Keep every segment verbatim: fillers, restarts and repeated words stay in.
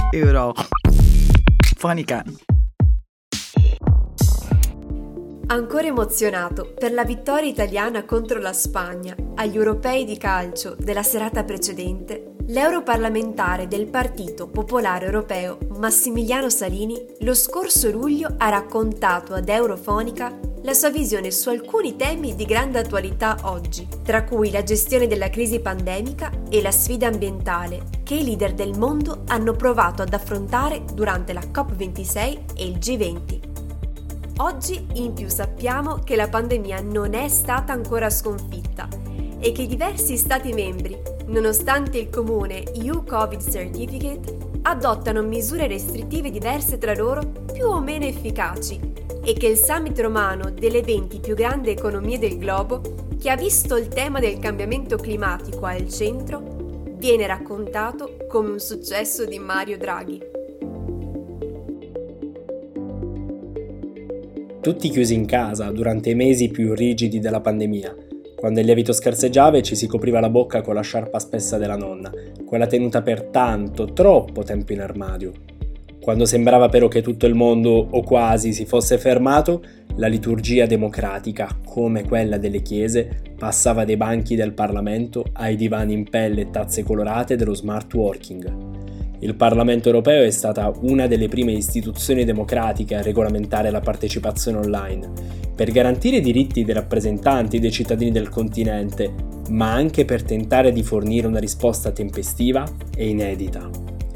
Eurofonica. Ancora emozionato per la vittoria italiana contro la Spagna agli europei di calcio della serata precedente, l'europarlamentare del Partito Popolare Europeo Massimiliano Salini lo scorso luglio ha raccontato ad Eurofonica la sua visione su alcuni temi di grande attualità oggi, tra cui la gestione della crisi pandemica e la sfida ambientale che i leader del mondo hanno provato ad affrontare durante la COP ventisei e il G venti. Oggi in più sappiamo che la pandemia non è stata ancora sconfitta e che diversi Stati membri, nonostante il comune E U Covid Certificate, adottano misure restrittive diverse tra loro più o meno efficaci e che il summit romano delle venti più grandi economie del globo, che ha visto il tema del cambiamento climatico al centro, viene raccontato come un successo di Mario Draghi. Tutti chiusi in casa durante i mesi più rigidi della pandemia, quando il lievito scarseggiava e ci si copriva la bocca con la sciarpa spessa della nonna, quella tenuta per tanto, troppo tempo in armadio. Quando sembrava però che tutto il mondo, o quasi, si fosse fermato, la liturgia democratica, come quella delle chiese, passava dai banchi del Parlamento ai divani in pelle e tazze colorate dello smart working. Il Parlamento europeo è stata una delle prime istituzioni democratiche a regolamentare la partecipazione online, per garantire i diritti dei rappresentanti dei cittadini del continente, ma anche per tentare di fornire una risposta tempestiva e inedita.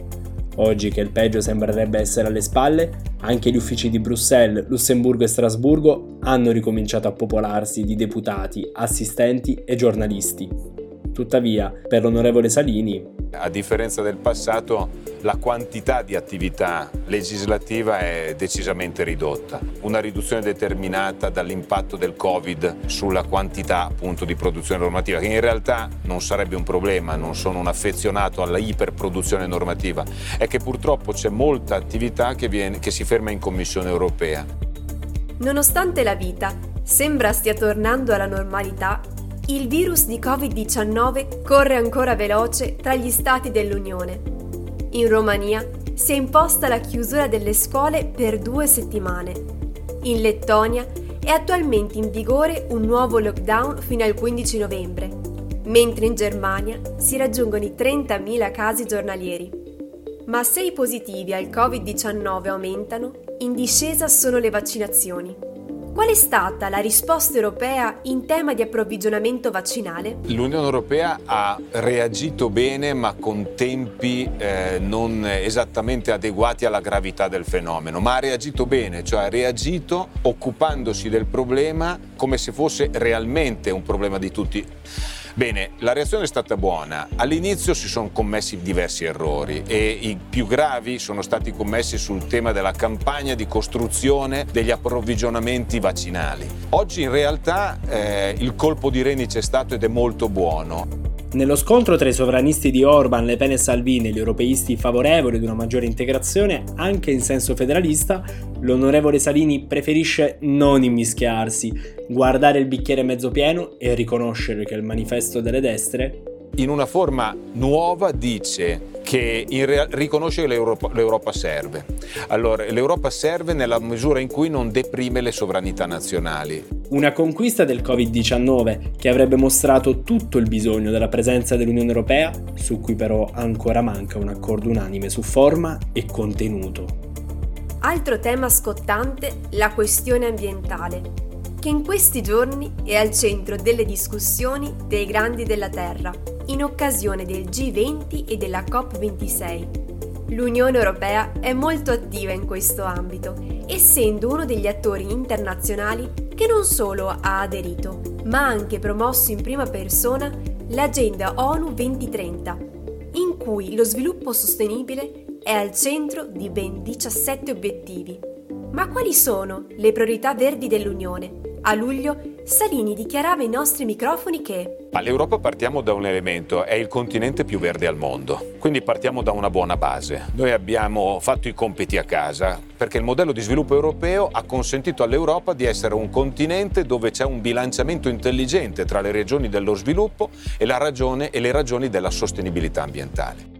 Oggi che il peggio sembrerebbe essere alle spalle, anche gli uffici di Bruxelles, Lussemburgo e Strasburgo hanno ricominciato a popolarsi di deputati, assistenti e giornalisti. Tuttavia, per l'onorevole Salini, a differenza del passato, la quantità di attività legislativa è decisamente ridotta. Una riduzione determinata dall'impatto del Covid sulla quantità appunto di produzione normativa, che in realtà non sarebbe un problema, non sono un affezionato alla iperproduzione normativa, è che purtroppo c'è molta attività che, viene, che si ferma in Commissione europea. Nonostante la vita sembra stia tornando alla normalità, il virus di covid diciannove corre ancora veloce tra gli stati dell'Unione. In Romania si è imposta la chiusura delle scuole per due settimane. In Lettonia è attualmente in vigore un nuovo lockdown fino al quindici novembre, mentre in Germania si raggiungono i trentamila casi giornalieri. Ma se i positivi al covid diciannove aumentano, in discesa sono le vaccinazioni. Qual è stata la risposta europea in tema di approvvigionamento vaccinale? L'Unione Europea ha reagito bene, ma con tempi eh, non esattamente adeguati alla gravità del fenomeno, ma ha reagito bene, cioè ha reagito occupandosi del problema come se fosse realmente un problema di tutti. Bene, la reazione è stata buona. All'inizio si sono commessi diversi errori e i più gravi sono stati commessi sul tema della campagna di costruzione degli approvvigionamenti vaccinali. Oggi in realtà eh, il colpo di reni c'è stato ed è molto buono. Nello scontro tra i sovranisti di Orban, Le Pen e Salvini e gli europeisti favorevoli ad una maggiore integrazione, anche in senso federalista, l'onorevole Salini preferisce non immischiarsi, guardare il bicchiere mezzo pieno e riconoscere che il manifesto delle destre, in una forma nuova, dice che in real- riconosce che l'Europa, l'Europa serve. Allora, l'Europa serve nella misura in cui non deprime le sovranità nazionali. Una conquista del covid diciannove che avrebbe mostrato tutto il bisogno della presenza dell'Unione Europea, su cui però ancora manca un accordo unanime su forma e contenuto. Altro tema scottante, la questione ambientale, che in questi giorni è al centro delle discussioni dei grandi della Terra, in occasione del G venti e della COP ventisei. L'Unione Europea è molto attiva in questo ambito, essendo uno degli attori internazionali che non solo ha aderito, ma ha anche promosso in prima persona l'Agenda ONU duemilatrenta, in cui lo sviluppo sostenibile è al centro di ben diciassette obiettivi. Ma quali sono le priorità verdi dell'Unione? A luglio Salini dichiarava ai nostri microfoni che all'Europa partiamo da un elemento, è il continente più verde al mondo, quindi partiamo da una buona base. Noi abbiamo fatto i compiti a casa perché il modello di sviluppo europeo ha consentito all'Europa di essere un continente dove c'è un bilanciamento intelligente tra le regioni dello sviluppo e la ragione e le ragioni della sostenibilità ambientale.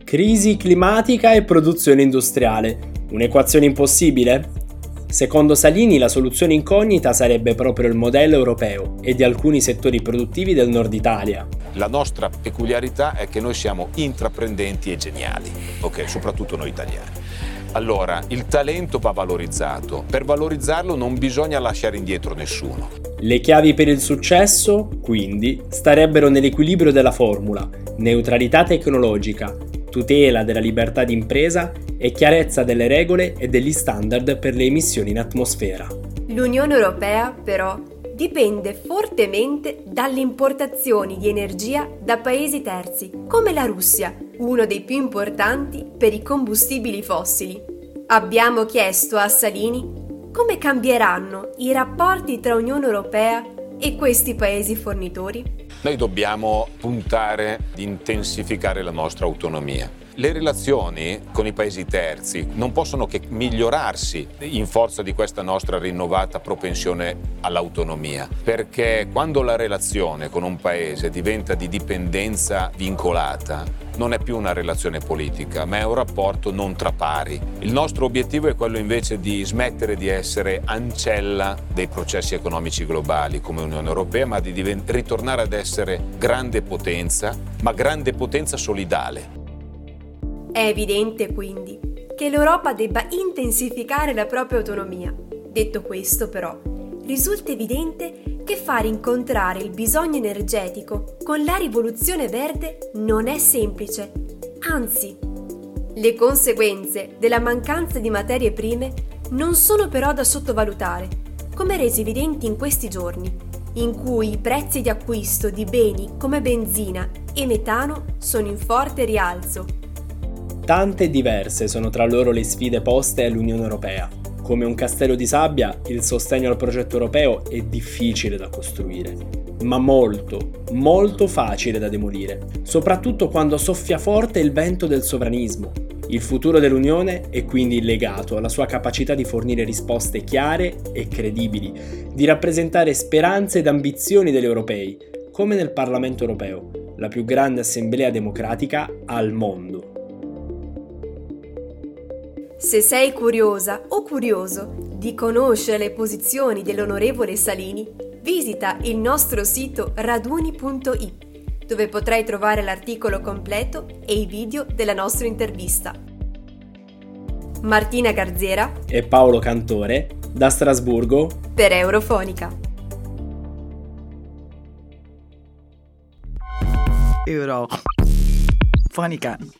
Crisi climatica e produzione industriale. Un'equazione impossibile? Secondo Salini la soluzione incognita sarebbe proprio il modello europeo e di alcuni settori produttivi del nord Italia. La nostra peculiarità è che noi siamo intraprendenti e geniali, ok? Soprattutto noi italiani. Allora, il talento va valorizzato. Per valorizzarlo non bisogna lasciare indietro nessuno. Le chiavi per il successo, quindi, starebbero nell'equilibrio della formula: neutralità tecnologica, tutela della libertà d'impresa e chiarezza delle regole e degli standard per le emissioni in atmosfera. L'Unione Europea, però, dipende fortemente dalle importazioni di energia da paesi terzi, come la Russia, uno dei più importanti per i combustibili fossili. Abbiamo chiesto a Salini come cambieranno i rapporti tra Unione Europea e questi paesi fornitori. Noi dobbiamo puntare ad intensificare la nostra autonomia. Le relazioni con i paesi terzi non possono che migliorarsi in forza di questa nostra rinnovata propensione all'autonomia, perché quando la relazione con un paese diventa di dipendenza vincolata, non è più una relazione politica, ma è un rapporto non tra pari. Il nostro obiettivo è quello invece di smettere di essere ancella dei processi economici globali come Unione Europea, ma di divent- ritornare ad essere grande potenza, ma grande potenza solidale. È evidente quindi che l'Europa debba intensificare la propria autonomia. Detto questo, però, risulta evidente che far incontrare il bisogno energetico con la rivoluzione verde non è semplice. Anzi, le conseguenze della mancanza di materie prime non sono però da sottovalutare, come resi evidenti in questi giorni, in cui i prezzi di acquisto di beni come benzina e metano sono in forte rialzo. Tante e diverse sono tra loro le sfide poste all'Unione Europea. Come un castello di sabbia, il sostegno al progetto europeo è difficile da costruire, ma molto, molto facile da demolire, soprattutto quando soffia forte il vento del sovranismo. Il futuro dell'Unione è quindi legato alla sua capacità di fornire risposte chiare e credibili, di rappresentare speranze ed ambizioni degli europei, come nel Parlamento europeo, la più grande assemblea democratica al mondo. Se sei curiosa o curioso di conoscere le posizioni dell'onorevole Salini, visita il nostro sito raduni punto i, dove potrai trovare l'articolo completo e i video della nostra intervista. Martina Garzera e Paolo Cantore, da Strasburgo, per Eurofonica. Eurofonica.